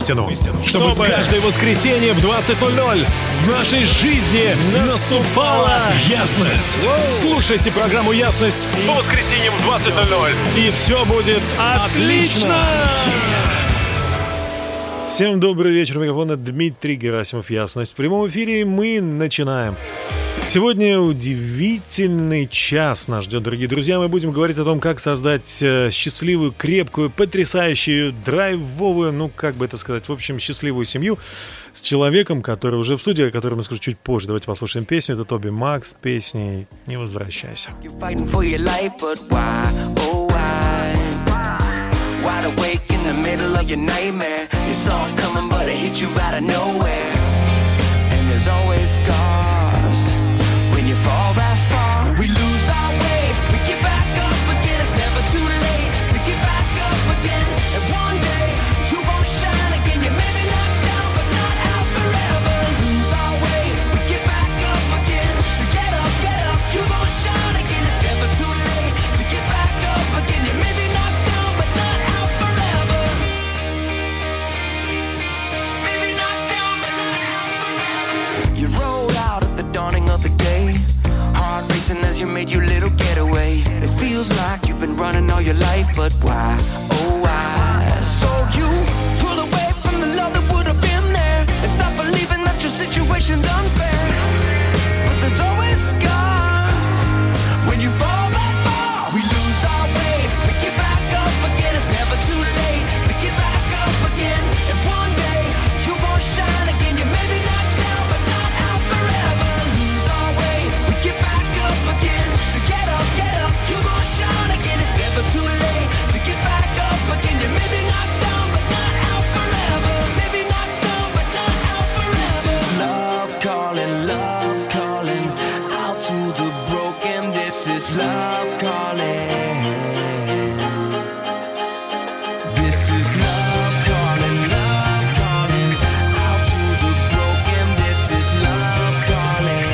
истину. Чтобы каждое воскресенье в 20:00 в нашей жизни наступала ясность. Слушайте программу «Ясность» по воскресеньям в 20:00. И все будет отлично! Всем добрый вечер. У микрофона Дмитрий Герасимов. «Ясность» в прямом эфире. Мы начинаем. Сегодня удивительный час нас ждет, дорогие друзья. Мы будем говорить о том, как создать счастливую, крепкую, потрясающую, драйвовую, ну, как бы это сказать, в общем, счастливую семью с человеком, который уже в студии, о котором я скажу чуть позже. Давайте послушаем песню. Это Тоби Мак с песней «Не возвращайся». Wide awake in the middle of your nightmare. You saw it coming, but it hit you out of nowhere. And there's always scars when you fall that far. We lose our way, we get back up again. It's never too late to get back up again. And one day you gon' shine again. You may be knocked down, but not out forever. Lose our way, we get back up again. So get up, you gon' shine again. It's never too late to get back up again. You may be knocked down, but not out forever. Maybe knocked down, but not out forever. You rolled out at the dawning of the day. Heart racing as you made your little getaway. It feels like you've been running all your life, but why, oh why? So you pull away from the love that would have been there and stop believing that your situation's unfair. But there's always scars when you fall that far. We lose our way, we get back up again. It's never too late to get back up again. And one day you gon' shine again. You may be knocked down, but not out forever. Lose our way, we get back up again. So get up, you gon' shine again. It's never too late to get back up again. You may be knocked down, but not out forever. Maybe knocked down, but not out forever. This is love calling out to the broken. This is love calling. This is love calling out to the broken. This is love calling.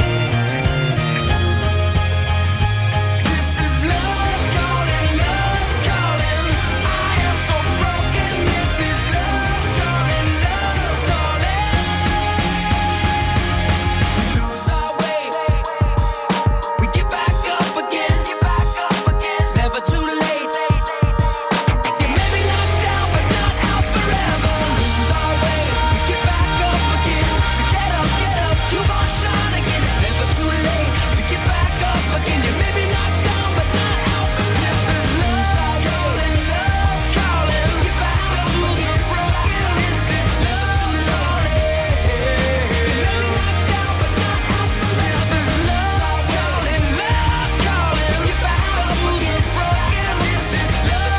This is love calling. I am so broken. This is love calling. We lose our way, we get back up again. It's never too late. You may be knocked down, but not out forever. Lose our way, we get back up again. So get up, you gon' shine again. It's never too late to get back up again. You may be knocked down, but not out forever. This is love calling. Get back up to the broken. This is love calling. You may be knocked down, but not out forever. This is love calling. Get back up to the broken. This is love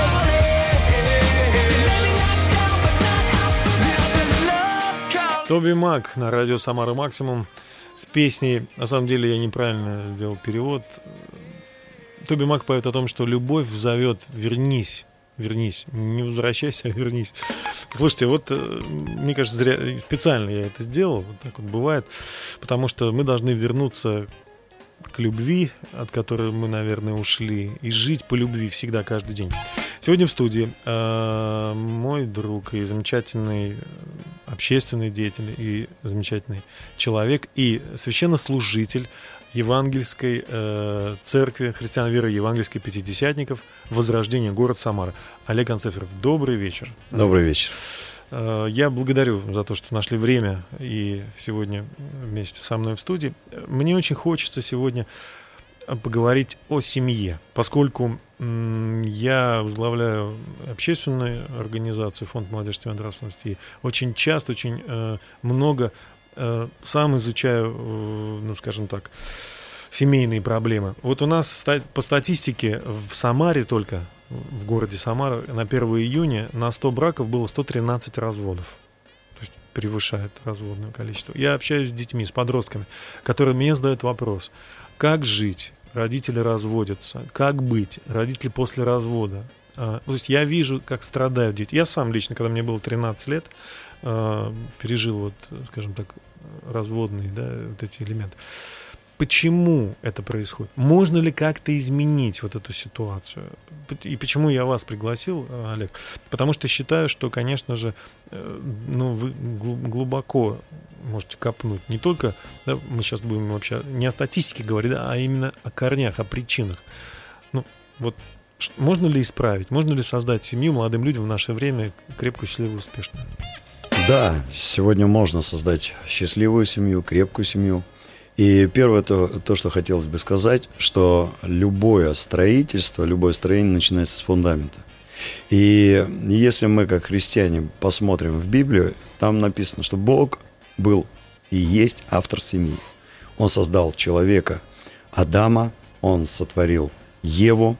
calling. You may be knocked down, but not out forever. This is love calling. Тоби Мак на радио «Самара Максимум» с песней, на самом деле я неправильно сделал перевод. Тоби Мак поет о том, что любовь зовет: вернись, не возвращайся, а вернись. Слушайте, вот мне кажется, зря, специально я это сделал, вот так вот бывает, потому что мы должны вернуться к любви, от которой мы, наверное, ушли, и жить по любви всегда, каждый день. Сегодня в студии мой друг и замечательный общественный деятель, и замечательный человек, и священнослужитель Евангельской церкви христиан веры евангельской пятидесятников Возрождение, город Самара, Олег Анциферов. Добрый вечер. Добрый вечер. Я благодарю за то, что нашли время и сегодня вместе со мной в студии. Мне очень хочется сегодня поговорить о семье, поскольку я возглавляю общественную организацию Фонд молодежи и нравственности, и очень часто, очень много сам изучаю, ну, скажем так, семейные проблемы. Вот у нас по статистике в Самаре только, в городе Самара, на 1 июня на 100 браков было 113 разводов. То есть превышает разводное количество. Я общаюсь с детьми, с подростками, которые мне задают вопрос: как жить? Родители разводятся. Как быть? Родители после развода. То есть я вижу, как страдают дети. Я сам лично, когда мне было 13 лет, пережил, вот, скажем так, разводные, да, вот эти элементы. почему это происходит? Можно ли как-то изменить вот эту ситуацию? И почему я вас пригласил, Олег? Потому что считаю, что, конечно же, вы глубоко можете копнуть. Не только, да, мы сейчас будем вообще не о статистике говорить, а именно о корнях, о причинах. Можно ли исправить, можно ли создать семью молодым людям в наше время крепкую, счастливую, успешную? Да, сегодня можно создать счастливую семью, крепкую семью. И первое, то, что хотелось бы сказать, что любое строительство, любое строение начинается с фундамента. И если мы, как христиане, посмотрим в Библию, там написано, что Бог был и есть автор семьи. Он создал человека Адама, он сотворил Еву,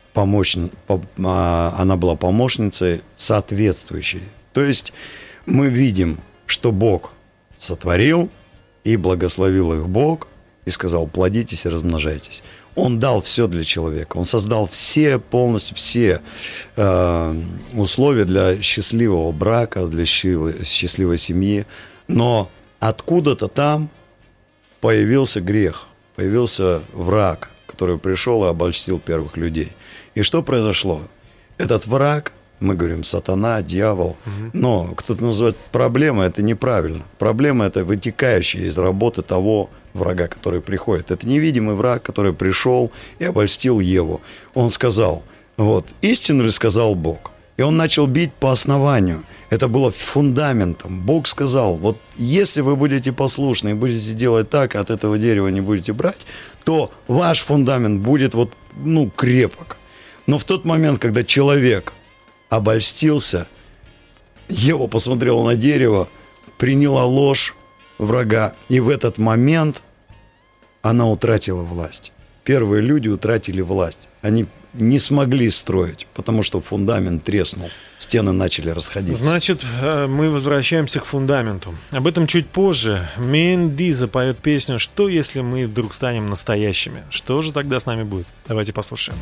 она была помощницей соответствующей. То есть мы видим, что Бог сотворил, и благословил их Бог, и сказал: плодитесь и размножайтесь. Он дал все для человека, он создал полностью все условия для счастливого брака, для счастливой семьи. Но откуда-то там появился грех, появился враг, который пришел и обольстил первых людей. И что произошло? Этот враг, мы говорим сатана, дьявол, но кто-то называет проблемой, это неправильно. Проблема — это вытекающая из работы того врага, который приходит. Это невидимый враг, который пришел и обольстил Еву. Он сказал: истину ли сказал Бог? И он начал бить по основанию. Это было фундаментом. Бог сказал: если вы будете послушны и будете делать так, от этого дерева не будете брать, то ваш фундамент будет крепок. Но в тот момент, когда человек обольстился, Ева посмотрела на дерево, приняла ложь врага, и в этот момент она утратила власть. Первые люди утратили власть. Они не смогли строить, потому что фундамент треснул, стены начали расходиться. Значит, мы возвращаемся к фундаменту. Об этом чуть позже. Менди запоет песню «Что, если мы вдруг станем настоящими?» Что же тогда с нами будет? Давайте послушаем.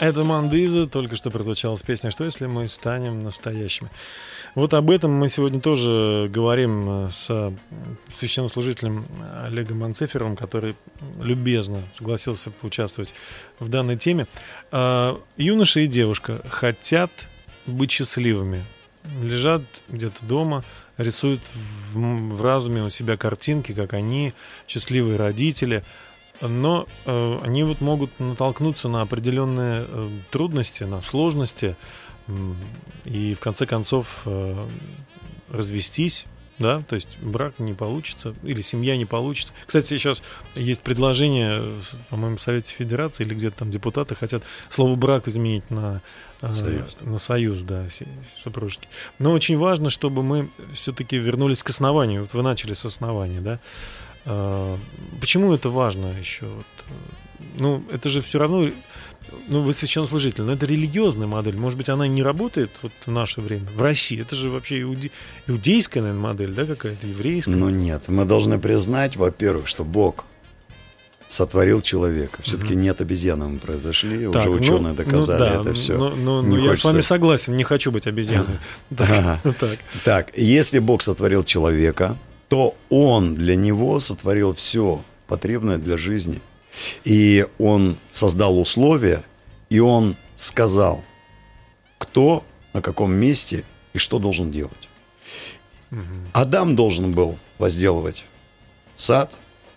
Это Мандиза, только что прозвучала с песней «Что, если мы станем настоящими?». Вот об этом мы сегодня тоже говорим с священнослужителем Олегом Анциферовым, который любезно согласился поучаствовать в данной теме. Юноша и девушка хотят быть счастливыми. Лежат где-то дома, рисуют в разуме у себя картинки, как они, счастливые родители. Но они вот могут натолкнуться на определенные трудности, на сложности и в конце концов развестись, да, то есть брак не получится или семья не получится. Кстати, сейчас есть предложение, по-моему, в Совете Федерации или где-то там депутаты хотят слово брак изменить на союз, да, супружеский. Но очень важно, чтобы мы все-таки вернулись к основанию. Вот вы начали с основания, да. Почему это важно еще? Ну, это же все равно, ну, вы священнослужитель, но это религиозная модель. Может быть, она не работает вот в наше время, в России. Это же вообще иудейская, наверное, модель, да, какая-то, еврейская? Ну, нет. Мы должны признать, во-первых, что Бог сотворил человека. Все-таки нет обезьяны, мы произошли, так, уже ученые доказали это все. Ну, я с вами согласен, не хочу быть обезьяной. Так, если Бог сотворил человека, то Он для него сотворил все потребное для жизни. И Он создал условия, и Он сказал, кто, на каком месте и что должен делать. Адам должен был возделывать сад,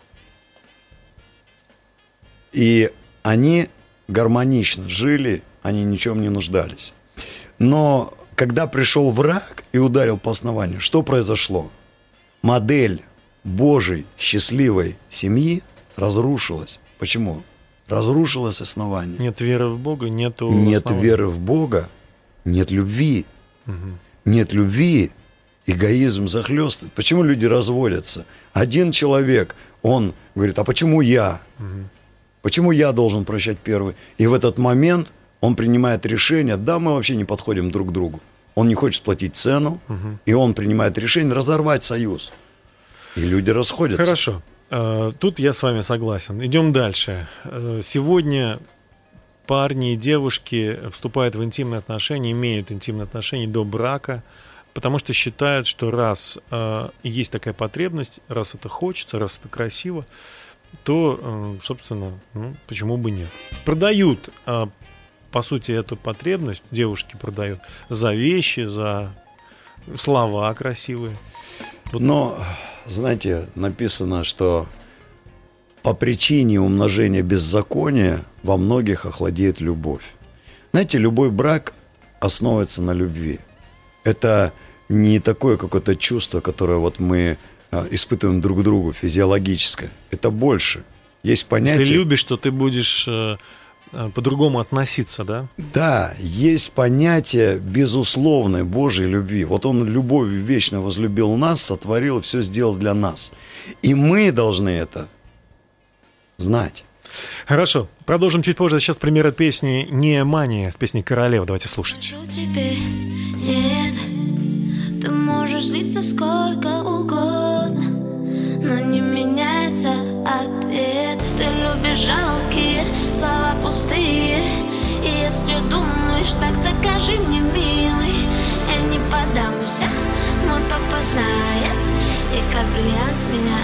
и они гармонично жили, они ни в чем не нуждались. Но когда пришел враг и ударил по основанию, что произошло? Модель Божьей счастливой семьи разрушилась. Почему? Разрушилось основание. Нет веры в Бога, нет веры в Бога, нет любви. Нет любви, эгоизм захлестывает. Почему люди разводятся? Один человек, он говорит, а почему я? Почему я должен прощать первый? И в этот момент он принимает решение, да, мы вообще не подходим друг к другу. Он не хочет платить цену, и он принимает решение разорвать союз. И люди расходятся. Хорошо. Тут я с вами согласен. Идем дальше. Сегодня парни и девушки вступают в интимные отношения, имеют интимные отношения до брака, потому что считают, что раз есть такая потребность, раз это хочется, раз это красиво, то, собственно, почему бы нет. Продают, по сути, эту потребность, девушки продают за вещи, за слова красивые. Но, знаете, написано, что по причине умножения беззакония во многих охладеет любовь. Знаете, любой брак основывается на любви. Это не такое какое-то чувство, которое вот мы испытываем друг к другу, физиологическое. Это больше. Есть понятие... Если любишь, то ты будешь по-другому относиться, да? Да, есть понятие безусловной Божьей любви. Вот Он любовью вечно возлюбил нас, сотворил и все сделал для нас. И мы должны это знать. Хорошо, продолжим чуть позже. Сейчас пример песни «Неемания» с песней «Королева». Давайте слушать. Тебе нет, ты можешь злиться сколько угодно, но не меняется ответ. Ты любишь жалкие слова пустые, и если думаешь, так докажи мне, милый. Я не подамся, мой папа знает, и как бриллиант меня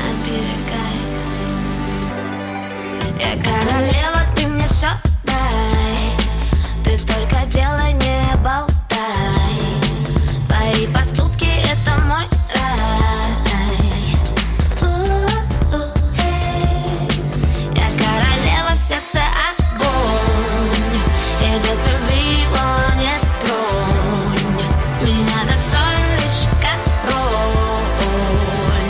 оберегает. Я королева, ты мне все дай, ты только делай, не болтай. Твои поступки — это мой рай. Я королева, в сердце огонь, и без любви его не тронь. Меня достоин лишь король.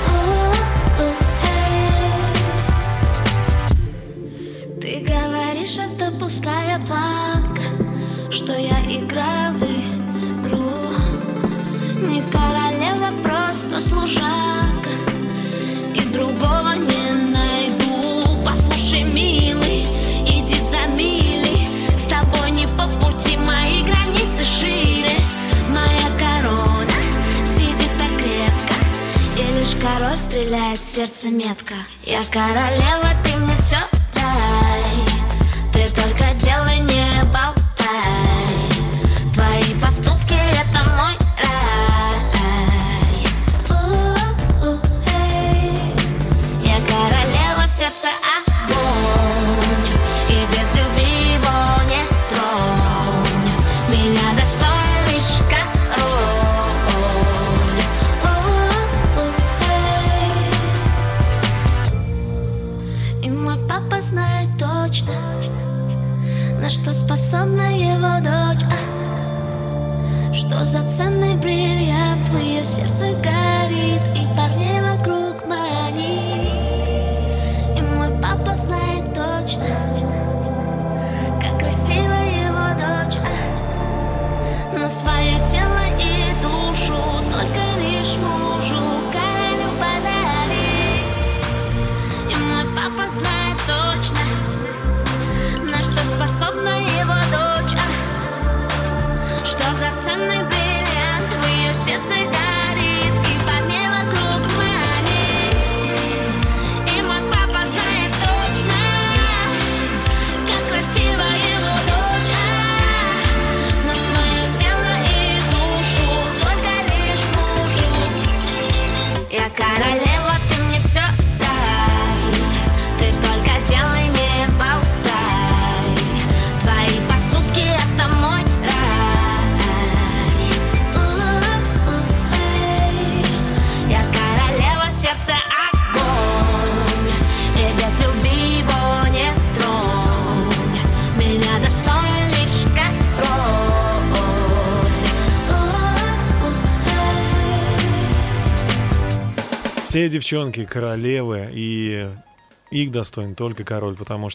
Ты говоришь, это пустая планка, что я играю в игру. Не королева, просто служанка, и другого не найду. Послушай, милый, иди за милей, с тобой не по пути, мои границы шире. Моя корона сидит так крепко, и лишь король стреляет в сердце метко. Я королева, ты мне все дай, ты только делай, не что способна его дочь? Что за ценный бриллиант в ее сердце горит и парней вокруг манит? И мой папа знает точно, как красива его дочь. Но свое тело и душу только лишь мужу королю подарит. И мой папа знает точно, на что способна его дочь. Что за ценный бриллиант в ее сердце горит и парней вокруг манит. И мой папа знает точно, как красива его дочь. Но свое тело и душу только лишь мужу. Я королева, ты мне все дай, ты только делай, не болтай. Твои поступки — это мой рай. Я королева, сердце огонь, и без любви его не тронь. Меня достоин лишь король. Все девчонки королевы, и их достоин только король, потому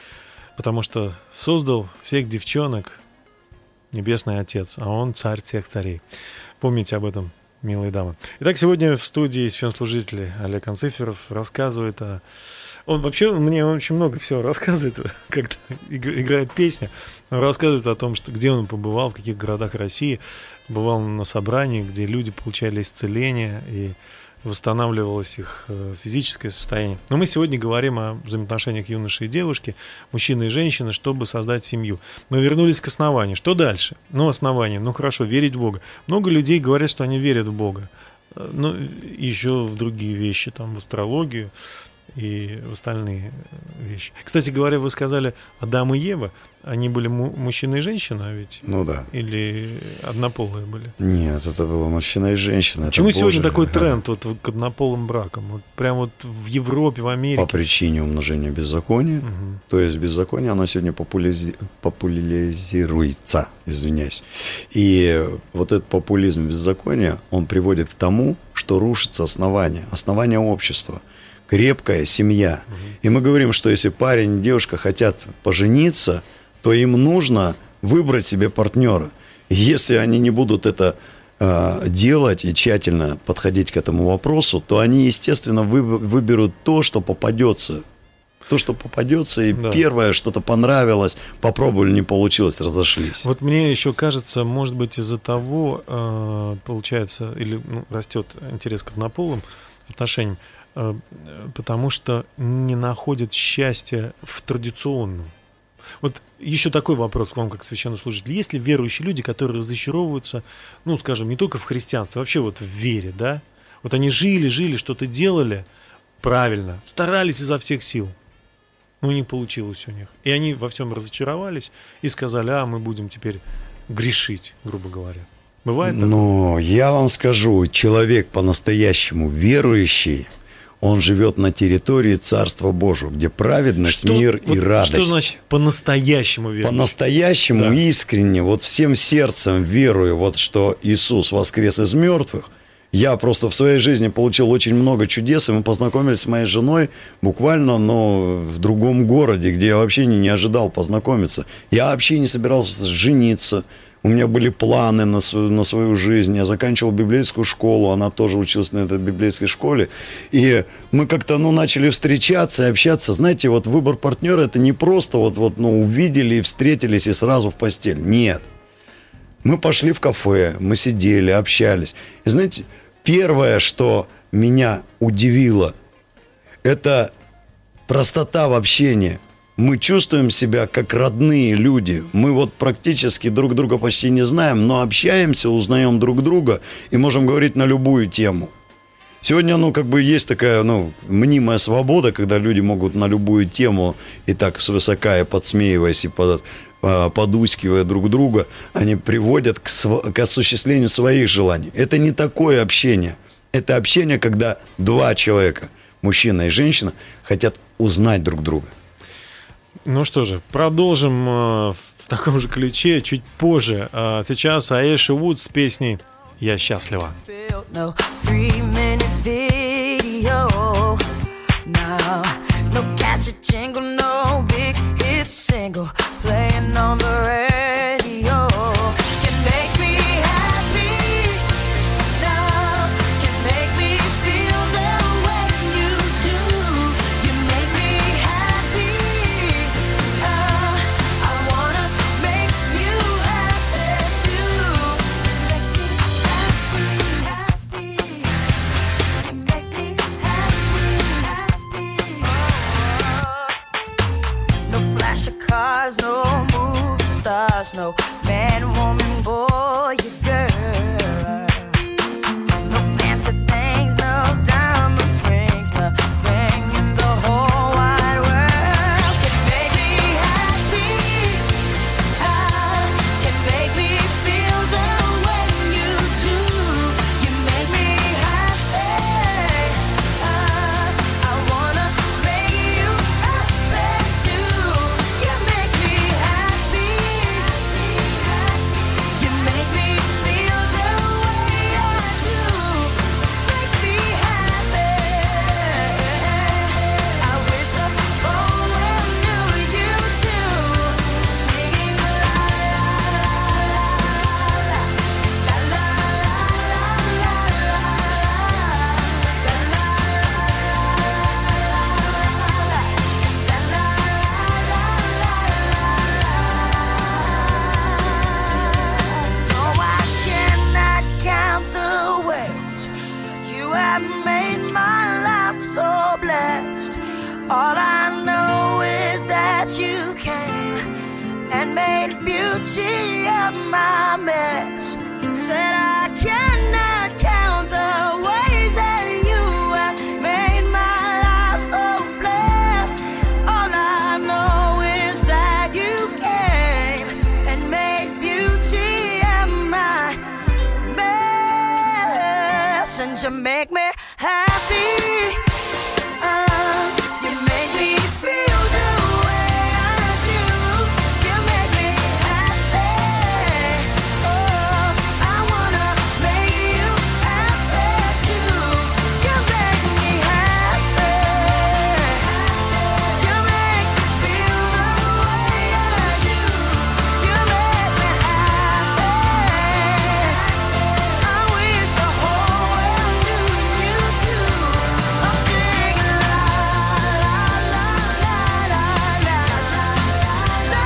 что создал всех девчонок Небесный Отец, а он царь всех царей. Помните об этом, милые дамы. Итак, сегодня в студии священнослужитель Олег Анциферов рассказывает о... Он вообще мне очень много всего рассказывает, когда играет песня. Он рассказывает о том, что, где он побывал, в каких городах России. Бывал на собрании, где люди получали исцеление и восстанавливалось их физическое состояние. Но мы сегодня говорим о взаимоотношениях юноши и девушки, мужчины и женщины, чтобы создать семью. Мы вернулись к основанию. Что дальше? Основание. Хорошо, верить в Бога. Много людей говорят, что они верят в Бога. Но еще в другие вещи, там, в астрологию и в остальные вещи. Кстати говоря, вы сказали Адам и Ева. Они были мужчина и женщина, ведь? Ну да. Или однополые были? Нет, это было мужчина и женщина. Почему сегодня такой тренд к однополым бракам? Прям в Европе, в Америке? По причине умножения беззакония. Угу. То есть беззаконие, оно сегодня популяризируется, извиняюсь. И вот этот популизм беззакония, он приводит к тому, что рушится основание общества. Крепкая семья. И мы говорим, что если парень и девушка хотят пожениться, то им нужно выбрать себе партнера. И если они не будут это делать и тщательно подходить к этому вопросу, то они, естественно, выберут то, что попадется. То, что попадется, и да. Первое, что-то понравилось, попробовали, не получилось, разошлись. Вот мне еще кажется, может быть, из-за того, получается, или растет интерес к однополым отношениям, потому что не находят счастья в традиционном. Вот еще такой вопрос к вам, как священнослужитель. Есть ли верующие люди, которые разочаровываются, скажем, не только в христианстве, вообще в вере, да? Вот они жили, что-то делали правильно, старались изо всех сил, но не получилось у них. И они во всем разочаровались и сказали, мы будем теперь грешить, грубо говоря. Бывает такое? Но я вам скажу, человек по-настоящему верующий, он живет на территории Царства Божьего, где праведность, мир и радость. Что значит по-настоящему верить? По-настоящему, да. Искренне, всем сердцем верую, что Иисус воскрес из мертвых. Я просто в своей жизни получил очень много чудес, и мы познакомились с моей женой буквально, в другом городе, где я вообще не ожидал познакомиться. Я вообще не собирался жениться. У меня были планы на свою жизнь. Я заканчивал библейскую школу, она тоже училась на этой библейской школе. И мы как-то начали встречаться и общаться. Знаете, выбор партнера — это не просто увидели и встретились и сразу в постель. Нет. Мы пошли в кафе, мы сидели, общались. И знаете, первое, что меня удивило, это простота в общении. Мы чувствуем себя как родные люди. Мы практически друг друга почти не знаем, но общаемся, узнаем друг друга и можем говорить на любую тему. Сегодня, есть такая, мнимая свобода, когда люди могут на любую тему и так свысока, и подсмеиваясь, и подускивая друг друга, они приводят к осуществлению своих желаний. Это не такое общение. Это общение, когда два человека, мужчина и женщина, хотят узнать друг друга. Ну что же, продолжим в таком же ключе чуть позже. А сейчас Аэша Вуд с песней «Я счастлива». No 3-minute video. No catchy jingle, no big hit single playing on the radio. Can make me happy now. Can make me feel the way you do. You make me happy. I wanna make you happy too. Make me happy. No flash of cars, no movie stars, no man, woman, boy, or girl. No fancy things, no diamond rings, nothing in the whole wide world can make me happy. Can make me feel the way you do. You make me happy. I wanna make you happy too. You make me happy. You make me feel the way I do. Make me happy. I wish the whole world knew you too. Singing la la la la la No, I cannot count the ways you have made my life so blessed. All I know is that you came and made beauty of my mess. Said I cannot count the ways that you have made my life so blessed. All I know is that you came and made beauty of my mess. And you make me happy. You make me feel the way I do. You make me happy. Oh, I wanna make you happy too. You make me happy. You make me feel the way I do. You make me happy. I wish the whole world knew you too. I'm singing la la la la la la la la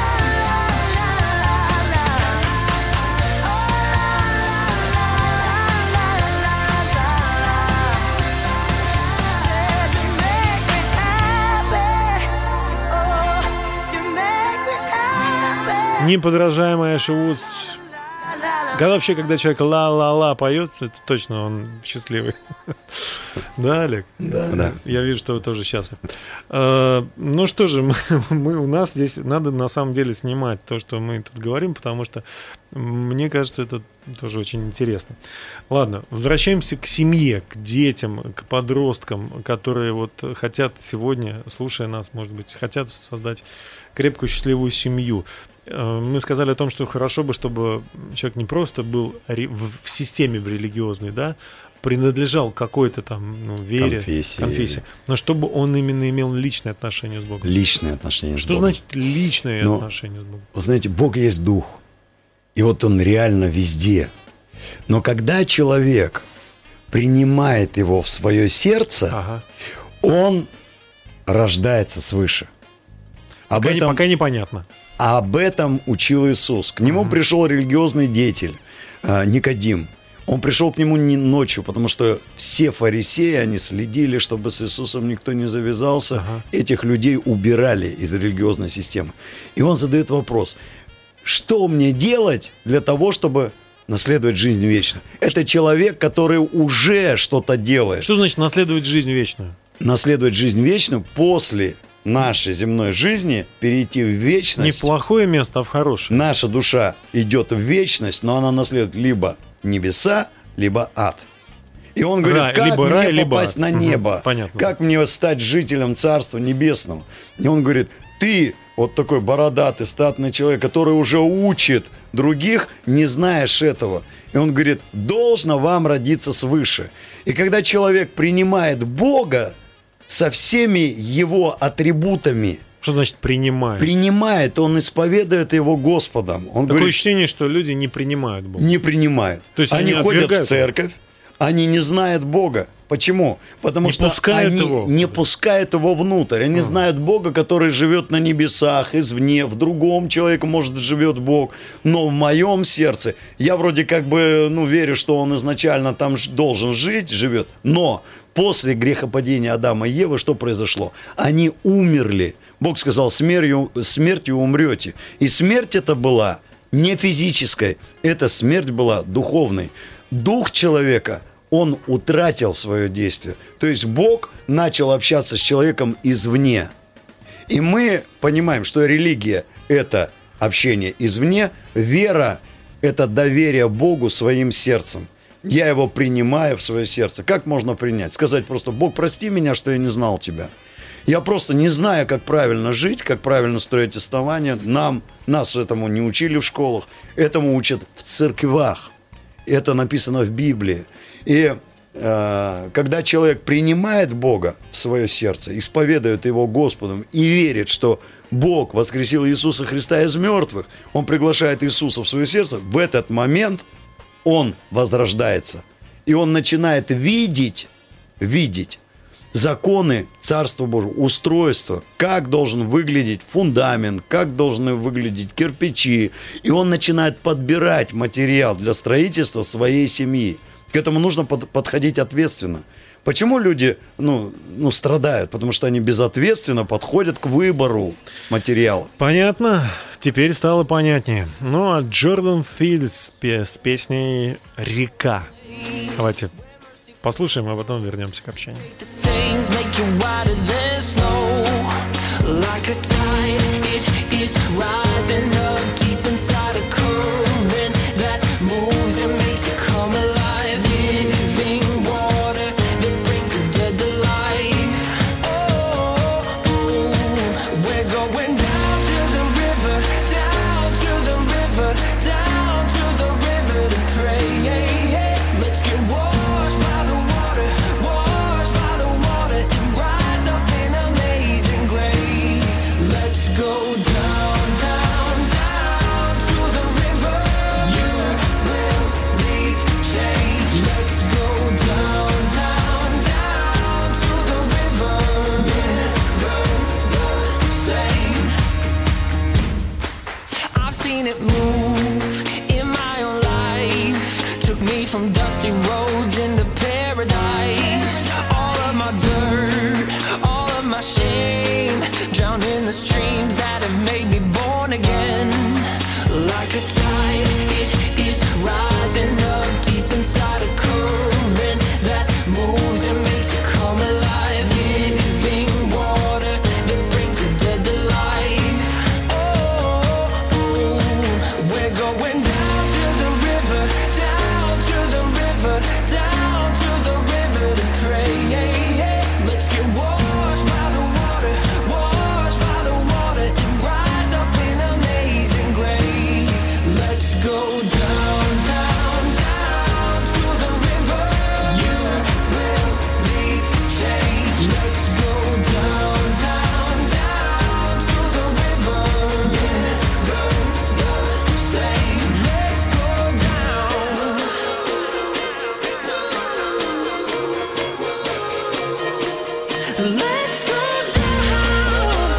Неподражаемая Аэша Вуд. Когда человек ла-ла-ла поет, это точно он счастливый. Да, Олег? Да. Я вижу, что вы тоже счастливы. Ну что же, у нас здесь надо на самом деле снимать то, что мы тут говорим, потому что мне кажется, это тоже очень интересно. Ладно, возвращаемся к семье, к детям, к подросткам, которые вот хотят сегодня, слушая нас, может быть, хотят создать крепкую, счастливую семью. Мы сказали о том, что хорошо бы, чтобы человек не просто был в системе в религиозной, да, принадлежал какой-то там вере, конфессии, но чтобы он именно имел личные отношения с Богом. Личные отношения с Что Богом. значит личные отношения с Богом? Вы знаете, Бог есть Дух, и вот Он реально везде. Но когда человек принимает Его в свое сердце, он рождается свыше. Пока непонятно. А об этом учил Иисус. К нему пришел религиозный деятель Никодим. Он пришел к нему не ночью, потому что все фарисеи, они следили, чтобы с Иисусом никто не завязался. Этих людей убирали из религиозной системы. И он задает вопрос: что мне делать для того, чтобы наследовать жизнь вечную? Это человек, который уже что-то делает. Что значит наследовать жизнь вечную? Наследовать жизнь вечную после нашей земной жизни, перейти в вечность. Не в плохое место, а в хорошее. Наша душа идет в вечность, но она наследует либо небеса, либо ад. И он говорит, как либо мне рай, попасть на небо? Понятно. Как мне стать жителем Царства Небесного? И он говорит, ты вот такой бородатый, статный человек, который уже учит других, не знаешь этого. И он говорит, должно вам родиться свыше. И когда человек принимает Бога со всеми его атрибутами, Что значит принимает? принимает, он исповедует его Господом. Он Такое говорит, ощущение, что люди не принимают Бога. не принимает. То есть они они ходят в отвергают церковь, они не знают Бога. Почему? Потому Не что пускают они его. не пускают его внутрь. Они знают Бога, который живет на небесах, извне, в другом человеке, может, живет Бог. Но в моем сердце, я вроде как бы, верю, что он изначально там должен жить, живет. Но после грехопадения Адама и Евы что произошло? Они умерли. Бог сказал, смертью умрете. И смерть это была не физической, эта смерть была духовной. Дух человека, он утратил свое действие. То есть Бог начал общаться с человеком извне. И мы понимаем, что религия – это общение извне, вера – это доверие Богу своим сердцем. Я его принимаю в свое сердце. Как можно принять? Сказать просто, Бог, прости меня, что я не знал тебя. Я просто не знаю, как правильно жить, как правильно строить основания. Нас этому не учили в школах, этому учат в церквях. Это написано в Библии. И когда человек принимает Бога в свое сердце, исповедует Его Господом и верит, что Бог воскресил Иисуса Христа из мертвых, он приглашает Иисуса в свое сердце, в этот момент он возрождается. И он начинает видеть законы Царства Божьего, устройство, как должен выглядеть фундамент, как должны выглядеть кирпичи. И он начинает подбирать материал для строительства своей семьи. К этому нужно подходить ответственно. Почему люди страдают? Потому что они безответственно подходят к выбору материала. Понятно. Теперь стало понятнее. Ну, а Джордан Филдс с песней «Река». Давайте послушаем, а потом вернемся к общению. From dusty roads into paradise. All of my dirt, all of my shame, drowned in the streams that have made me born again. Like a tide, it is rising up deep inside a current that moves and makes it come alive. Living water that brings the dead to life. Oh, we're going down to the river, down to the river, down to the river to pray. Let's get washed by the water, washed by the water, and rise up in amazing grace. Let's go down, down, down to the river. You will leave change. Let's go down, down, down to the river. Never the same. Let's go down. Let's go down.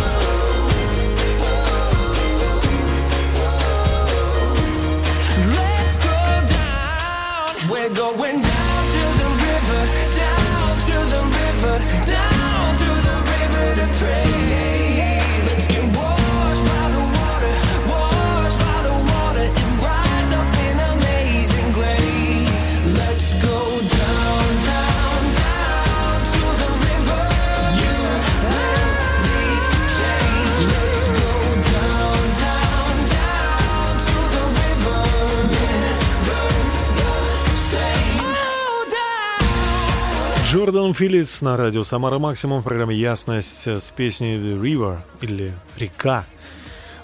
Let's go down. We're going down to the river, down to the river, down to the river to pray. Let's get washed by the water, washed by the water, and rise up in amazing grace. Let's go down, down, down to the river. You will leave change. Let's go down, down, down to the river. Never the same. Oh, down. Джордан Филдс на радио «Самара Максимум» в программе «Ясность» с песней «The River» или «Река».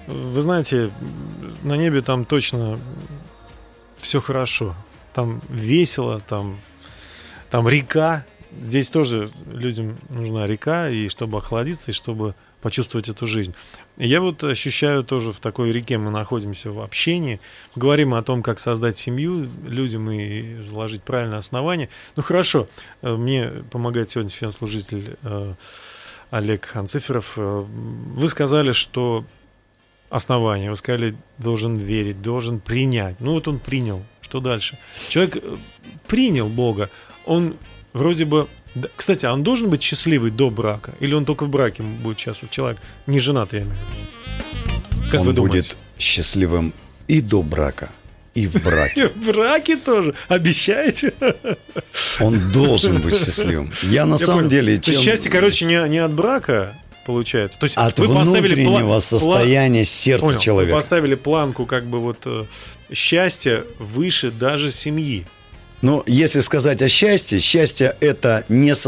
Вы знаете, на небе там точно все хорошо. Там весело, там река. Здесь тоже людям нужна река, и чтобы охладиться, и чтобы почувствовать эту жизнь. И я вот ощущаю тоже в такой реке мы находимся в общении, говорим о том, как создать семью людям и заложить правильное основание. Ну хорошо, мне помогает сегодня священнослужитель Олег Анциферов. Вы сказали, что основание, вы сказали, должен верить, должен принять. Ну вот он принял, что дальше? Человек принял Бога, он вроде бы... Кстати, а он должен быть счастливый до брака? Или он только в браке будет счастлив? Человек не женат, я имею в виду. Как он вы думаете? Будет счастливым и до брака, и в браке. И в браке тоже? Обещаете? Он должен быть счастливым. Я на самом деле... То есть счастье, короче, не от брака получается? То есть от вы внутреннего состояния сердца человека. Вы поставили планку как бы вот счастья выше даже семьи. Но если сказать о счастье, счастье это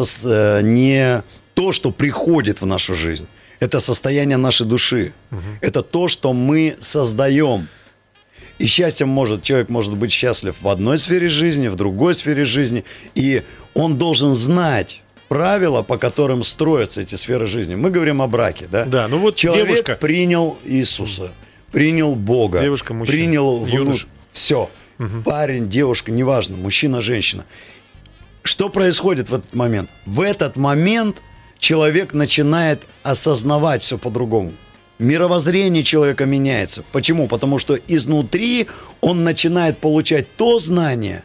не то, что приходит в нашу жизнь. Это состояние нашей души. Это то, что мы создаем. И счастьем человек может быть счастлив в одной сфере жизни, в другой сфере жизни. И он должен знать правила, по которым строятся эти сферы жизни. Мы говорим о браке, да? Да, ну вот человек девушка принял Иисуса, принял Бога, девушка, мужчина, принял юноша. все. Парень, девушка, неважно, мужчина, женщина. Что происходит в этот момент? В этот момент человек начинает осознавать все по-другому. Мировоззрение человека меняется. Почему? Потому что изнутри он начинает получать то знание,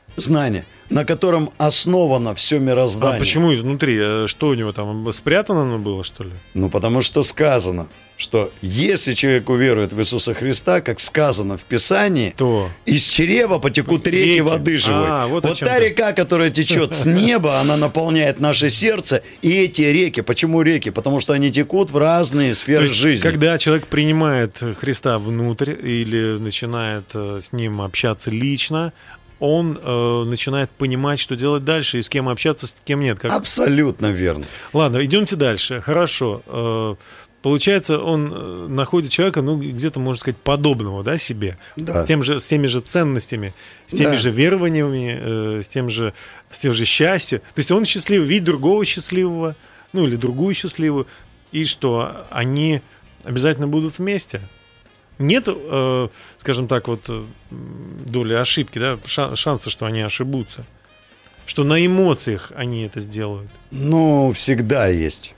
на котором основано все мироздание. А почему изнутри? Что у него там, спрятано оно было, что ли? Ну, потому что сказано, что если человек уверует в Иисуса Христа, как сказано в Писании, то из чрева потекут реки воды живой. Вот та река, которая течет с неба, она наполняет наше сердце. И эти реки, почему реки? Потому что они текут в разные сферы жизни. Когда человек принимает Христа внутрь или начинает с ним общаться лично, он начинает понимать, что делать дальше, и с кем общаться, с кем нет. Абсолютно верно. Ладно, идемте дальше. Хорошо. Получается, он находит человека, ну, где-то, можно сказать, подобного, да, себе. Да. С теми же ценностями, с теми же верованиями, с тем же счастьем. То есть он счастливый, видит другого счастливого, ну, или другую счастливую, и что они обязательно будут вместе. Нет, скажем так, вот доли ошибки, да, шанса, что они ошибутся, что на эмоциях они это сделают. Ну, всегда есть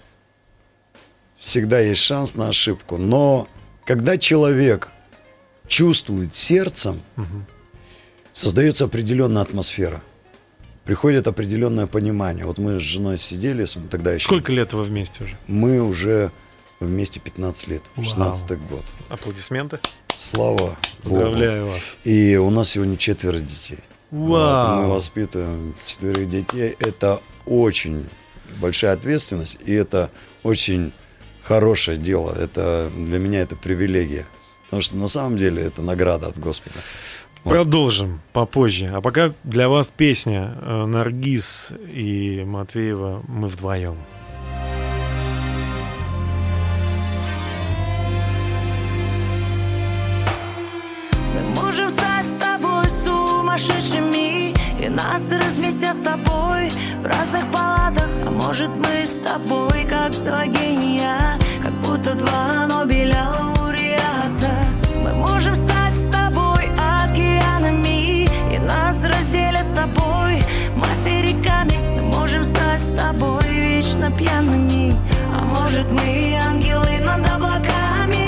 шанс на ошибку. Но когда человек чувствует сердцем, создается определенная атмосфера, приходит определенное понимание. Вот мы с женой сидели, тогда еще... Сколько лет вы вместе уже? Мы уже вместе 15 лет, 16-й год. Аплодисменты. Слава Богу. Поздравляю вас. И у нас сегодня 4 детей. Вау. Мы воспитываем 4 детей. Это очень большая ответственность, и это очень хорошее дело. Это для меня это привилегия. Потому что на самом деле это награда от Господа. Продолжим попозже. А пока для вас песня Наргиз и Матвеева «Мы вдвоем». Можем стать с тобой сумасшедшими, и нас разместят с тобой в разных палатах. А может, мы с тобой как два гения, как будто два Нобеля лауреата. Мы можем стать с тобой океанами, и нас разделят с тобой материками. Мы можем стать с тобой вечно пьяными, а может, мы ангелы над облаками.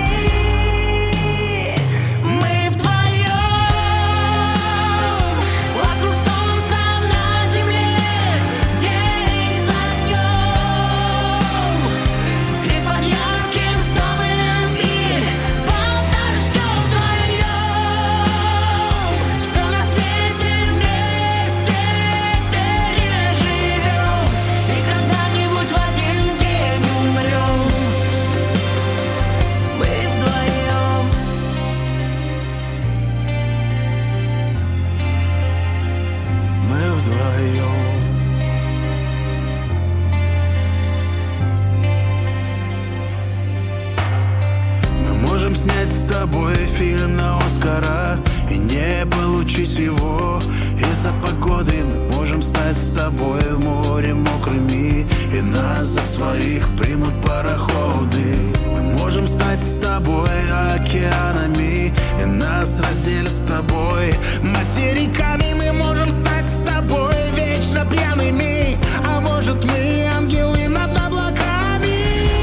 тобой фильм на Оскара и не получить его. Из-за погоды мы можем стать с тобой в море мокрыми, и нас за своих примут пароходы. Мы можем стать с тобой океанами, и нас разделят с тобой материками. Мы можем стать с тобой вечно пьяными, а может мы ангелы над облаками.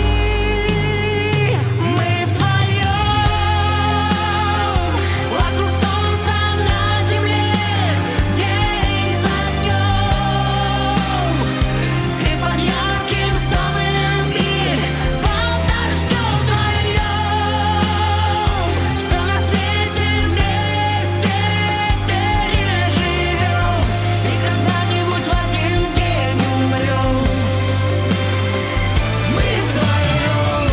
Мы вдвоем вокруг солнца на земле, день за днем, и под ярким солнцем, и под дождем вдвоем. Все на свете вместе переживем, и когда-нибудь в один день умрем. Мы вдвоем.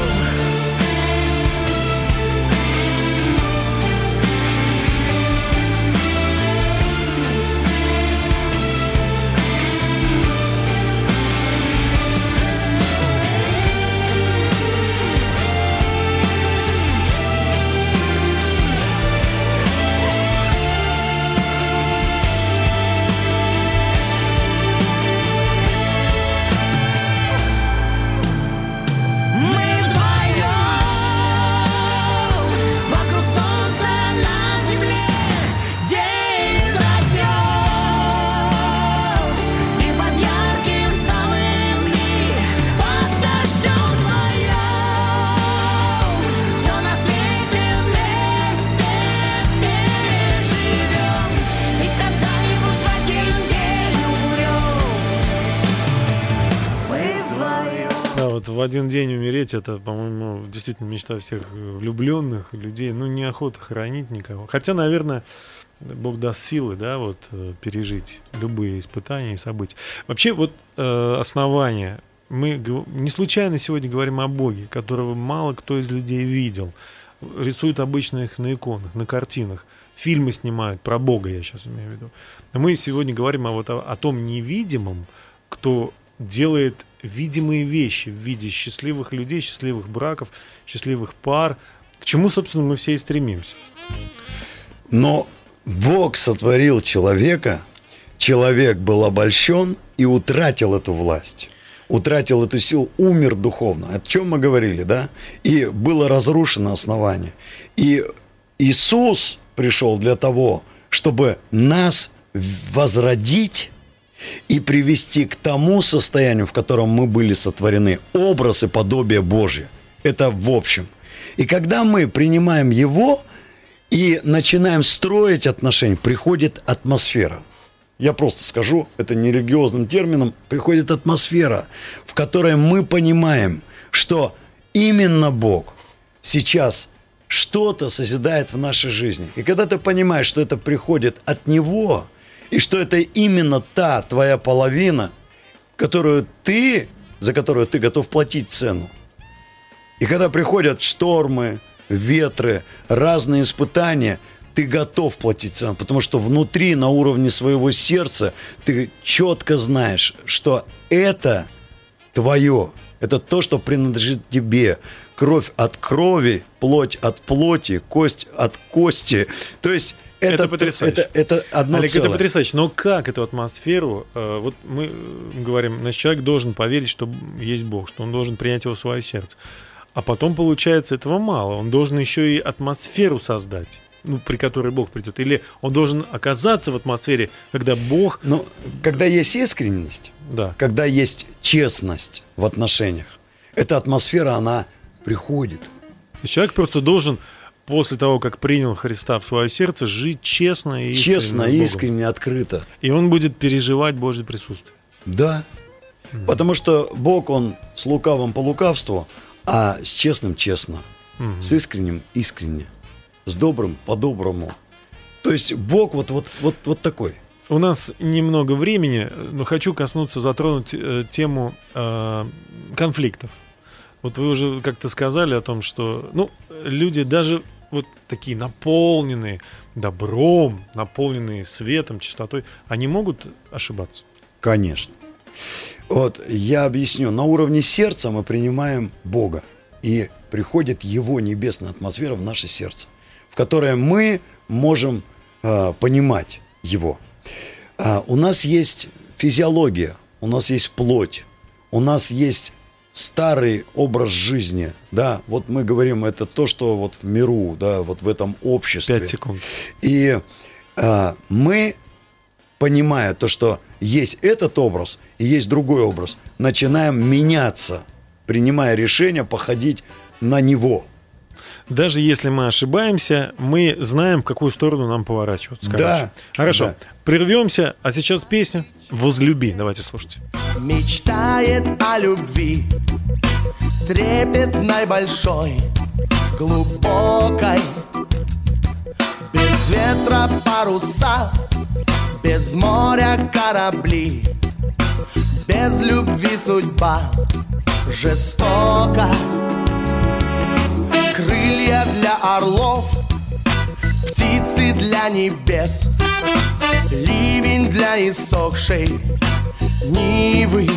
Мы вдвоем вокруг солнца на земле, день за днем, и под ярким солнцем, и под дождем вдвоем. Все на свете вместе переживем, и когда-нибудь в один день умрем. Мы вдвоем. Да, вот в один день умереть, это, по-моему, действительно мечта всех влюбленных людей. Ну, неохота хоронить никого. Хотя, наверное, Бог даст силы, да, вот пережить любые испытания и события. Вообще, вот основание. Мы не случайно сегодня говорим о Боге, которого мало кто из людей видел. Рисуют обычно их на иконах, на картинах. Фильмы снимают про Бога, я сейчас имею в виду. А мы сегодня говорим о том невидимом, кто делает видимые вещи в виде счастливых людей, счастливых браков, счастливых пар, к чему, собственно, мы все и стремимся. Но Бог сотворил человека, человек был обольщен и утратил эту власть, утратил эту силу, умер духовно. О чем мы говорили, да? И было разрушено основание. И Иисус пришел для того, чтобы нас возродить и привести к тому состоянию, в котором мы были сотворены, образ и подобие Божье. Это в общем. И когда мы принимаем Его и начинаем строить отношения, приходит атмосфера. Я просто скажу, это не религиозным термином, приходит атмосфера, в которой мы понимаем, что именно Бог сейчас что-то созидает в нашей жизни. И когда ты понимаешь, что это приходит от Него, и что это именно та твоя половина, за которую ты готов платить цену. И когда приходят штормы, ветры, разные испытания, ты готов платить цену, потому что внутри, на уровне своего сердца, ты четко знаешь, что это твое, это то, что принадлежит тебе. Кровь от крови, плоть от плоти, кость от кости. То есть это потрясающе. Это одно Олег, целое. это потрясающе. Но как эту атмосферу, вот мы говорим, значит, человек должен поверить, что есть Бог, что он должен принять его в свое сердце. А потом, получается, этого мало. Он должен еще и атмосферу создать, при которой Бог придет. Или он должен оказаться в атмосфере, когда Бог... Но когда есть искренность, да, когда есть честность в отношениях, эта атмосфера, она приходит. То есть человек просто должен... после того, как принял Христа в свое сердце, жить честно и искренне. Честно, искренне, открыто. И он будет переживать Божье присутствие. Да. Потому что Бог, Он с лукавым по лукавству, а с честным честно, с искренним искренне, с добрым по доброму. То есть Бог вот такой. У нас немного времени, но хочу затронуть тему конфликтов. Вот вы уже как-то сказали о том, что люди даже вот такие наполненные добром, наполненные светом, чистотой, они могут ошибаться? Конечно. Вот я объясню. На уровне сердца мы принимаем Бога, и приходит Его небесная атмосфера в наше сердце. которой мы можем понимать его. У нас есть физиология, у нас есть плоть, у нас есть старый образ жизни, да, вот мы говорим, это то, что вот в миру, да, вот в этом обществе. 5 секунд. И мы, понимая то, что есть этот образ и есть другой образ, начинаем меняться, принимая решение походить на него. Даже если мы ошибаемся, мы знаем, в какую сторону нам поворачиваться. Да. Хорошо. Да. Прервемся, а сейчас песня «Возлюби». Давайте слушайте. Мечтает о любви, трепетной, большой, глубокой. Без ветра паруса, без моря корабли, без любви судьба жестока. Крылья для орлов, птицы для небес, ливень для иссохшей нивы,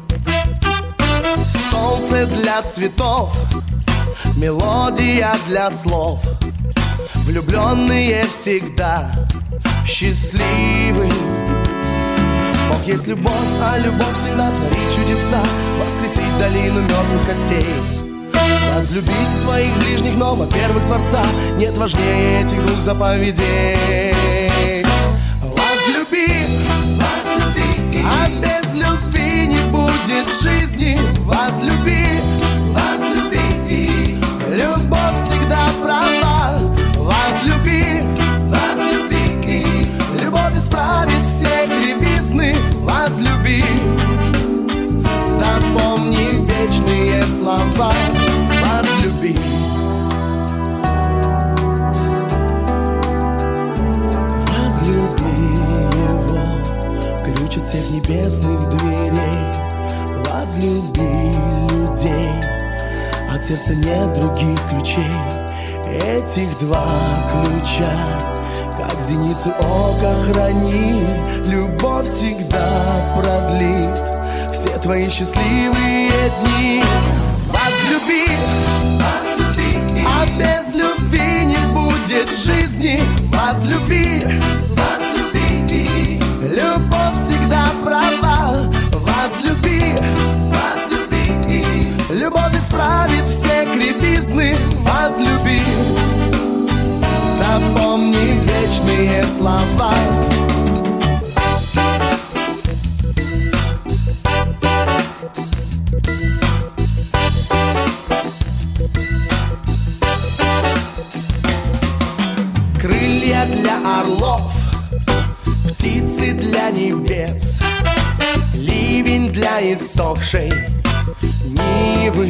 солнце для цветов, мелодия для слов. Влюбленные всегда счастливы. Бог есть любовь, а любовь всегда творит чудеса, воскресить долину мертвых костей, возлюбить своих ближних, но, во-первых, Творца нет важнее этих двух заповедей. Возлюби, возлюби, а без любви не будет жизни. Возлюби, возлюби, любовь всегда права. Возлюби, возлюби, любовь исправит все кривизны. Возлюби, запомни вечные слова. Возлюби. Возлюби его, ключ от всех небесных дверей. Возлюби людей, от сердца нет других ключей. Этих два ключа, как зеницу ока храни. Любовь всегда продлит все твои счастливые дни. Возлюби, возлюби, а без любви не будет жизни. Возлюби, возлюби, любовь всегда права. Возлюби, возлюби, любовь исправит все кривизны. Возлюби, запомни вечные слова. Крылья для орлов, птицы для небес, ливень для иссохшей нивы,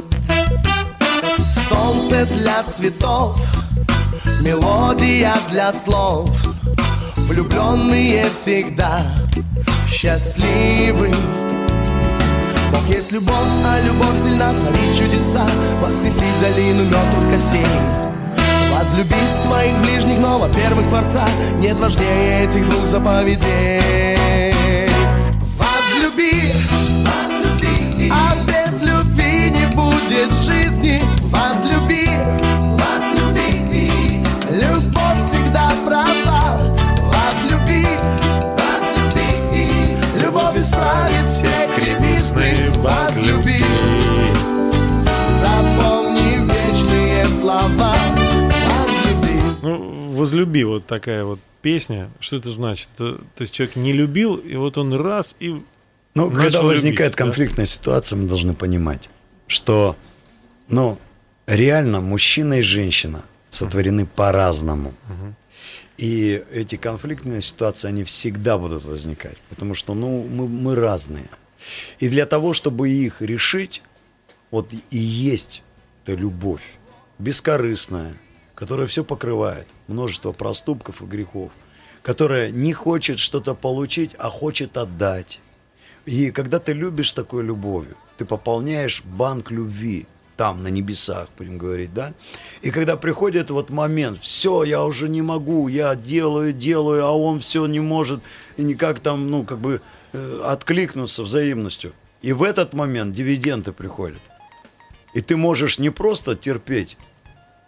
солнце для цветов, мелодия для слов. Влюбленные всегда счастливы. Бог есть любовь, а любовь сильна творит чудеса, воскресить долину мертвых костей, возлюбить своих ближних, но, во-первых, Творца нет важнее этих двух заповедей. Возлюби, возлюби, а без любви не будет жизни. Возлюби, возлюби, любовь всегда права. Возлюби, возлюби, любовь исправит все кривизны. Возлюби, запомни вечные слова. Ну, «Возлюби» вот такая вот песня. Что это значит? То есть человек не любил, и вот он раз и Ну, когда возникает любить, конфликтная ситуация, мы должны понимать, что, реально мужчина и женщина сотворены по-разному. И эти конфликтные ситуации, они всегда будут возникать, потому что, мы разные. И для того, чтобы их решить, вот и есть эта любовь, бескорыстная, которая все покрывает, множество проступков и грехов, которая не хочет что-то получить, а хочет отдать. И когда ты любишь такой любовью, ты пополняешь банк любви, там, на небесах, будем говорить, да? И когда приходит вот момент, все, я уже не могу, я делаю, а он все не может, и никак там, откликнуться взаимностью. И в этот момент дивиденды приходят. И ты можешь не просто терпеть,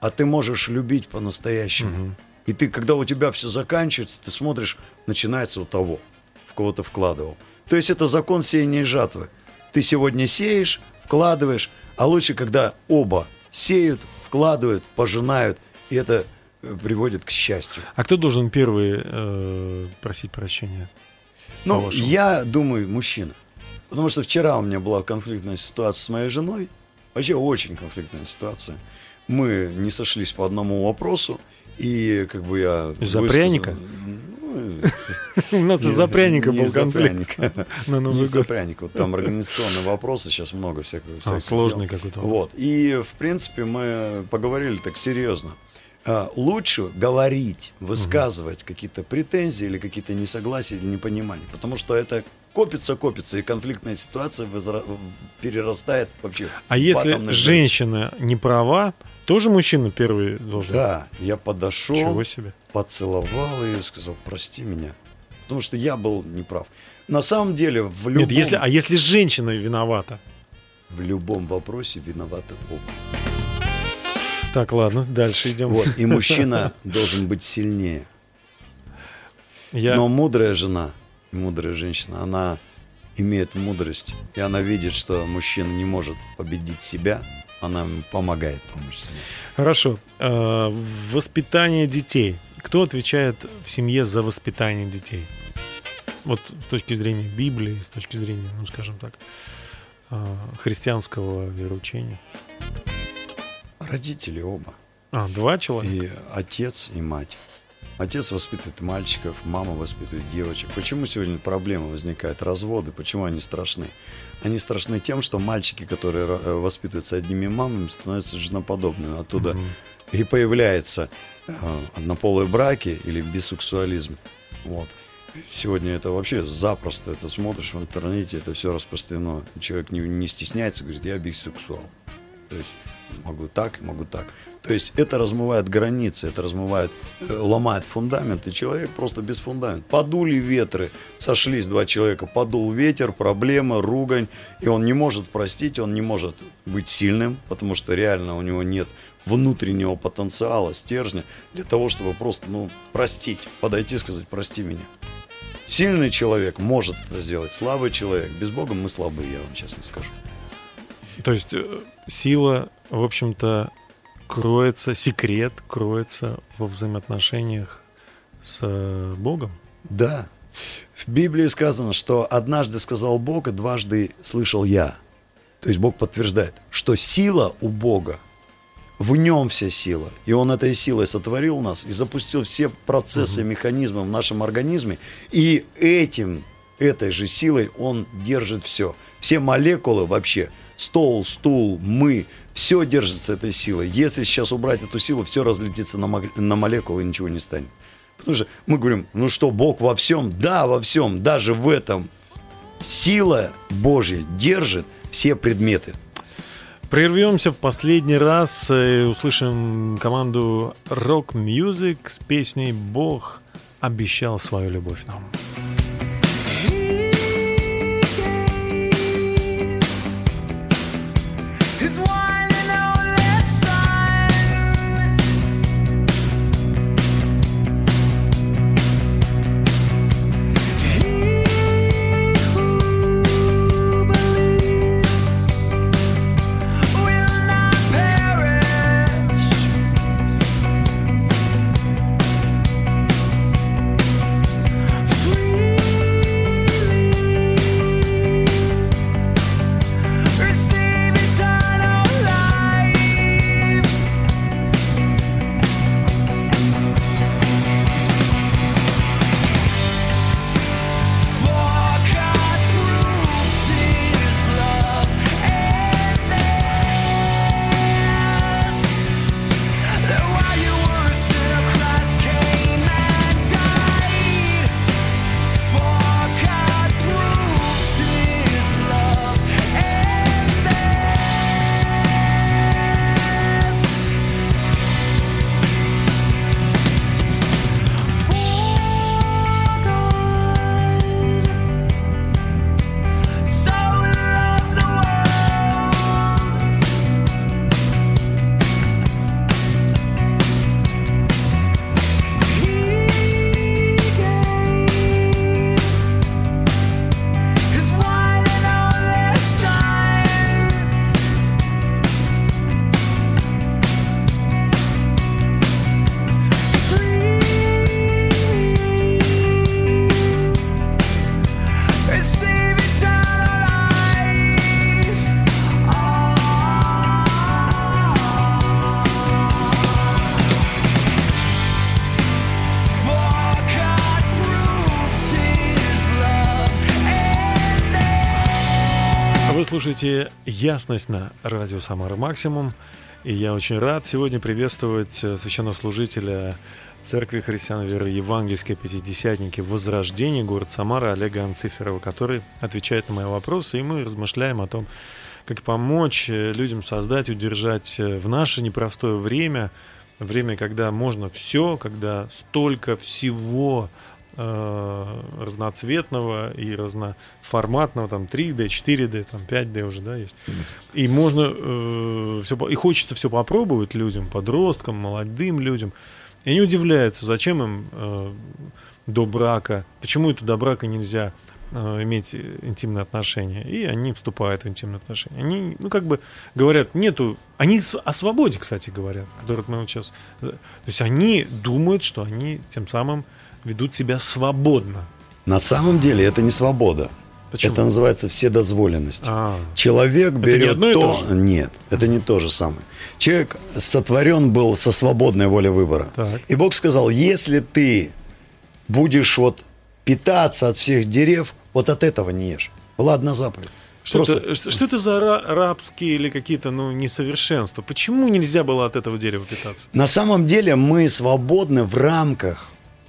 а ты можешь любить по-настоящему. И ты, когда у тебя все заканчивается, ты смотришь, начинается у того, в кого ты вкладывал. То есть это закон сеяния и жатвы. Ты сегодня сеешь, вкладываешь, а лучше, когда оба сеют, вкладывают, пожинают, и это приводит к счастью. А кто должен первый просить прощения? Ну, я думаю, мужчина. Потому что вчера у меня была конфликтная ситуация с моей женой. Вообще очень конфликтная ситуация. Мы не сошлись по одному вопросу. И как бы я... Из-за пряника? У нас из-за пряника был конфликт. Не из-за пряника. Вот там организационные вопросы, сейчас много всякого. Сложный какой-то. Вот. И, в принципе, мы поговорили так серьезно. Лучше говорить, высказывать какие-то претензии или какие-то несогласия или непонимания. Потому что это копится, и конфликтная ситуация перерастает вообще. А если женщина не права, тоже мужчина первый должен? Да, я подошел, Чего себе? поцеловал ее и сказал: прости меня. Потому что я был неправ. На самом деле, в любом... Нет, если женщина виновата? В любом вопросе виноваты оба. Так, ладно, дальше идем. Вот, и мужчина должен быть сильнее. Но мудрая жена, мудрая женщина, она имеет мудрость, и она видит, что мужчина не может победить себя, она ему помогает помочь себе. Хорошо. Воспитание детей. Кто отвечает в семье за воспитание детей? Вот с точки зрения Библии, с точки зрения, ну, скажем так, христианского вероучения. Родители оба. Два человека? И отец, и мать. Отец воспитывает мальчиков, мама воспитывает девочек. Почему сегодня проблемы возникают, разводы? Почему они страшны? Они страшны тем, что мальчики, которые воспитываются одними мамами, становятся женоподобными. Оттуда и появляются однополые браки или бисексуализм. Вот. Сегодня это вообще запросто. Это смотришь в интернете, это все распространено. Человек не стесняется, говорит: я бисексуал. То есть могу так, могу так. То есть это размывает границы, это размывает, ломает фундамент, и человек просто без фундамента. Подули ветры, сошлись два человека, подул ветер, проблема, ругань, и он не может простить, он не может быть сильным, потому что реально у него нет внутреннего потенциала, стержня для того, чтобы просто, простить, подойти и сказать: прости меня. Сильный человек может это сделать, слабый человек. Без Бога мы слабые, я вам честно скажу. То есть сила, в общем-то, секрет кроется во взаимоотношениях с Богом? Да. В Библии сказано, что однажды сказал Бог, и дважды слышал я. То есть Бог подтверждает, что сила у Бога, в нем вся сила. И Он этой силой сотворил нас и запустил все процессы, механизмы в нашем организме. И этой же силой Он держит все. Все молекулы вообще, стол, стул, мы, все держится этой силой. Если сейчас убрать эту силу, все разлетится на молекулы и ничего не станет. Потому что мы говорим: Бог во всем? Да, во всем. Даже в этом сила Божья держит все предметы. Прервемся в последний раз и услышим команду Rock Music с песней «Бог обещал свою любовь нам». Free Вы слушаете «Ясность» на радио «Самара Максимум». И я очень рад сегодня приветствовать священнослужителя Церкви Христиан Веры Евангельской Пятидесятники Возрождение, город Самара, Олега Анциферова, который отвечает на мои вопросы. И мы размышляем о том, как помочь людям создать, удержать в наше непростое время, когда можно все, когда столько всего разноцветного и разноформатного, там 3D, 4D, там 5D уже, да, есть. И можно и хочется все попробовать людям, подросткам, молодым людям. И они удивляются, зачем им до брака, почему это до брака нельзя иметь интимные отношения. И они вступают в интимные отношения. Они, говорят, они о свободе, кстати, говорят, которые мы вот сейчас. То есть они думают, что они тем самым ведут себя свободно. На самом деле это не свобода. Почему? Это называется вседозволенность. Человек берет то... Нет, это не то же самое. Человек сотворен был со свободной волей выбора. Так. И Бог сказал, если ты будешь питаться от всех дерев, от этого не ешь. Была одна заповедь. Что это за рабские или какие-то несовершенства? Почему нельзя было от этого дерева питаться? На самом деле мы свободны в рамках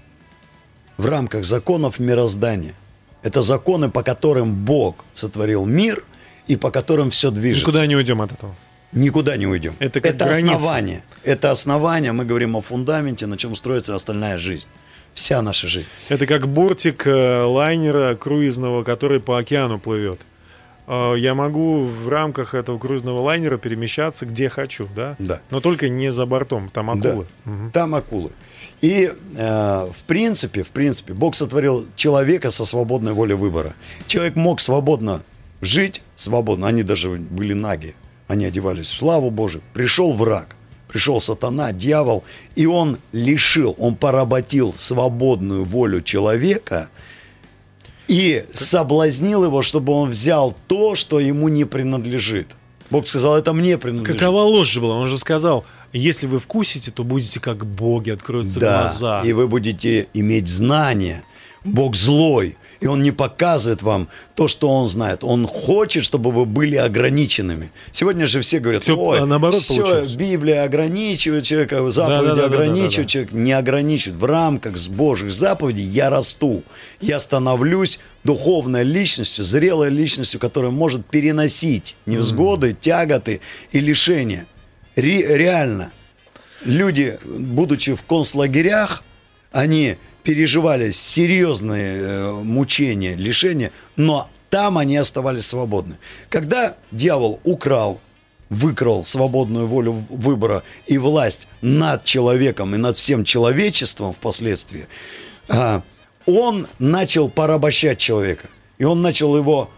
законов мироздания. Это законы, по которым Бог сотворил мир и по которым все движется. Никуда не уйдем от этого. Никуда не уйдем. Это основание. Это основание. Мы говорим о фундаменте, на чем строится остальная жизнь. Вся наша жизнь. Это как бортик лайнера круизного, который по океану плывет. Я могу в рамках этого круизного лайнера перемещаться где хочу, да? Да. Но только не за бортом, там акулы. Да. Угу. Там акулы. И в принципе, Бог сотворил человека со свободной волей выбора. Человек мог свободно жить, свободно. Они даже были наги. Они одевались в славу Божию. Пришел враг, пришел сатана, дьявол, и он поработил свободную волю человека и соблазнил его, чтобы он взял то, что ему не принадлежит. Бог сказал, это мне принадлежит. Какова ложь же была? Он же сказал, если вы вкусите, то будете как боги, откроются глаза. И вы будете иметь знания. Бог злой, и Он не показывает вам то, что Он знает. Он хочет, чтобы вы были ограниченными. Сегодня же все говорят, Библия ограничивает человека, заповеди ограничивают человека. Не ограничивает. В рамках Божьих заповедей я расту. Я становлюсь духовной личностью, зрелой личностью, которая может переносить невзгоды, тяготы и лишения. Реально. Люди, будучи в концлагерях, они переживали серьезные мучения, лишения, но там они оставались свободны. Когда дьявол выкрал свободную волю выбора и власть над человеком и над всем человечеством впоследствии, он начал порабощать человека. И он начал его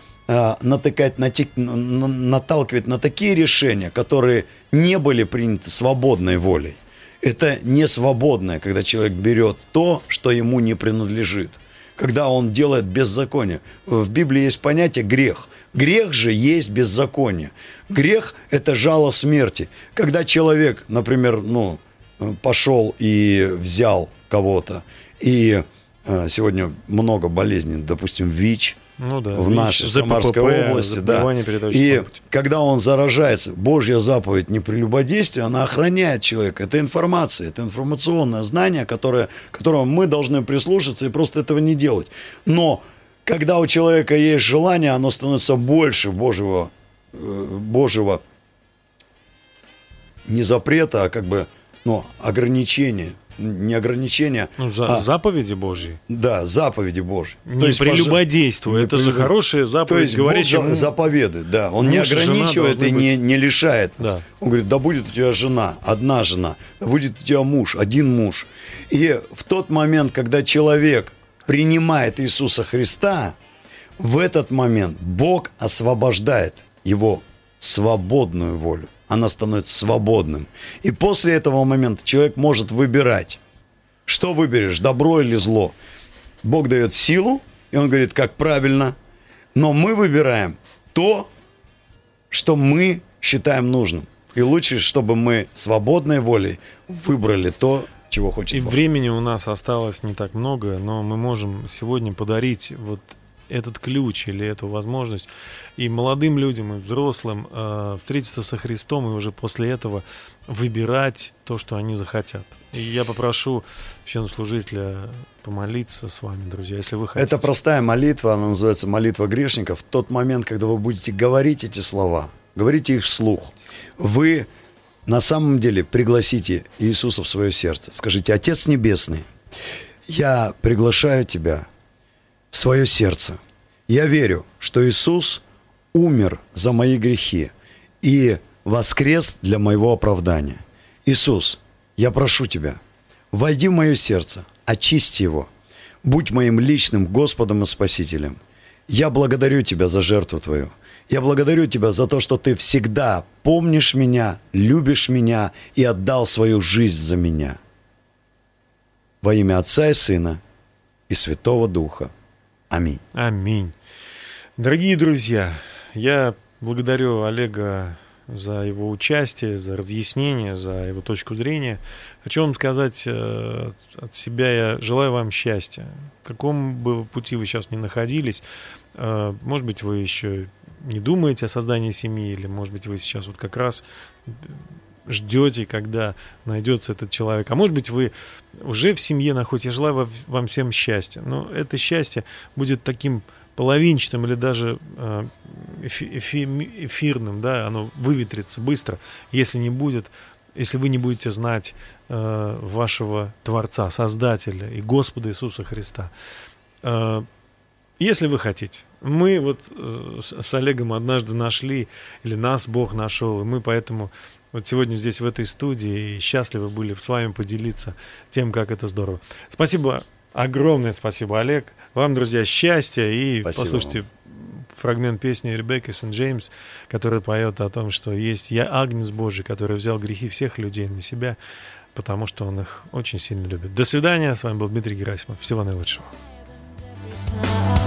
наталкивать на такие решения, которые не были приняты свободной волей. Это не свободное, когда человек берет то, что ему не принадлежит. Когда он делает беззаконие. В Библии есть понятие грех. Грех же есть беззаконие. Грех – это жало смерти. Когда человек, например, пошел и взял кого-то, и сегодня много болезней, допустим, ВИЧ, в нашей Самарской области, и когда он заражается, Божья заповедь не прелюбодействия, она охраняет человека. Это информация, это информационное знание, которому мы должны прислушаться и просто этого не делать. Но когда у человека есть желание, оно становится больше Божьего не запрета, а ограничения. Не ограничения, заповеди Божьи. Да, заповеди Божьи. Не прелюбодействуй, это же хорошая заповедь. То есть Бог заповедует, да. Он не ограничивает и не лишает нас. Да. Он говорит, да будет у тебя жена, одна жена, да будет у тебя муж, один муж. И в тот момент, когда человек принимает Иисуса Христа, в этот момент Бог освобождает его свободную волю. Она становится свободным. И после этого момента человек может выбирать. Что выберешь, добро или зло? Бог дает силу, и Он говорит, как правильно. Но мы выбираем то, что мы считаем нужным. И лучше, чтобы мы свободной волей выбрали то, чего хочет Бог. И времени у нас осталось не так много, но мы можем сегодня подарить этот ключ или эту возможность и молодым людям, и взрослым встретиться со Христом и уже после этого выбирать то, что они захотят. И я попрошу священнослужителя помолиться с вами, друзья, если вы хотите. Это простая молитва, она называется молитва грешников. В тот момент, когда вы будете говорить эти слова, говорите их вслух, вы на самом деле пригласите Иисуса в свое сердце. Скажите: Отец Небесный, я приглашаю Тебя в свое сердце. Я верю, что Иисус умер за мои грехи и воскрес для моего оправдания. Иисус, я прошу Тебя, войди в мое сердце, очисти его, будь моим личным Господом и Спасителем. Я благодарю Тебя за жертву Твою. Я благодарю Тебя за то, что Ты всегда помнишь меня, любишь меня и отдал свою жизнь за меня. Во имя Отца и Сына и Святого Духа. Аминь. Аминь. Дорогие друзья, я благодарю Олега за его участие, за разъяснение, за его точку зрения. Хочу вам сказать от себя, я желаю вам счастья. В каком бы пути вы сейчас ни находились, может быть, вы еще не думаете о создании семьи, или, может быть, вы сейчас вот как раз ждете, когда найдется этот человек. А может быть, вы уже в семье находитесь. Я желаю вам всем счастья. Но это счастье будет таким половинчатым или даже эфирным, да, оно выветрится быстро, если вы не будете знать вашего Творца, Создателя и Господа Иисуса Христа. Если вы хотите. Мы вот с Олегом однажды нашли, или нас Бог нашел, и мы поэтому вот сегодня здесь в этой студии и счастливы были с вами поделиться тем, как это здорово. Спасибо, огромное спасибо, Олег. Вам, друзья, счастья, и спасибо послушайте фрагмент песни Ребекки Сент-Джеймс, которая поет о том, что есть «Я Агнец Божий, который взял грехи всех людей на себя, потому что Он их очень сильно любит». До свидания, с вами был Дмитрий Герасимов. Всего наилучшего.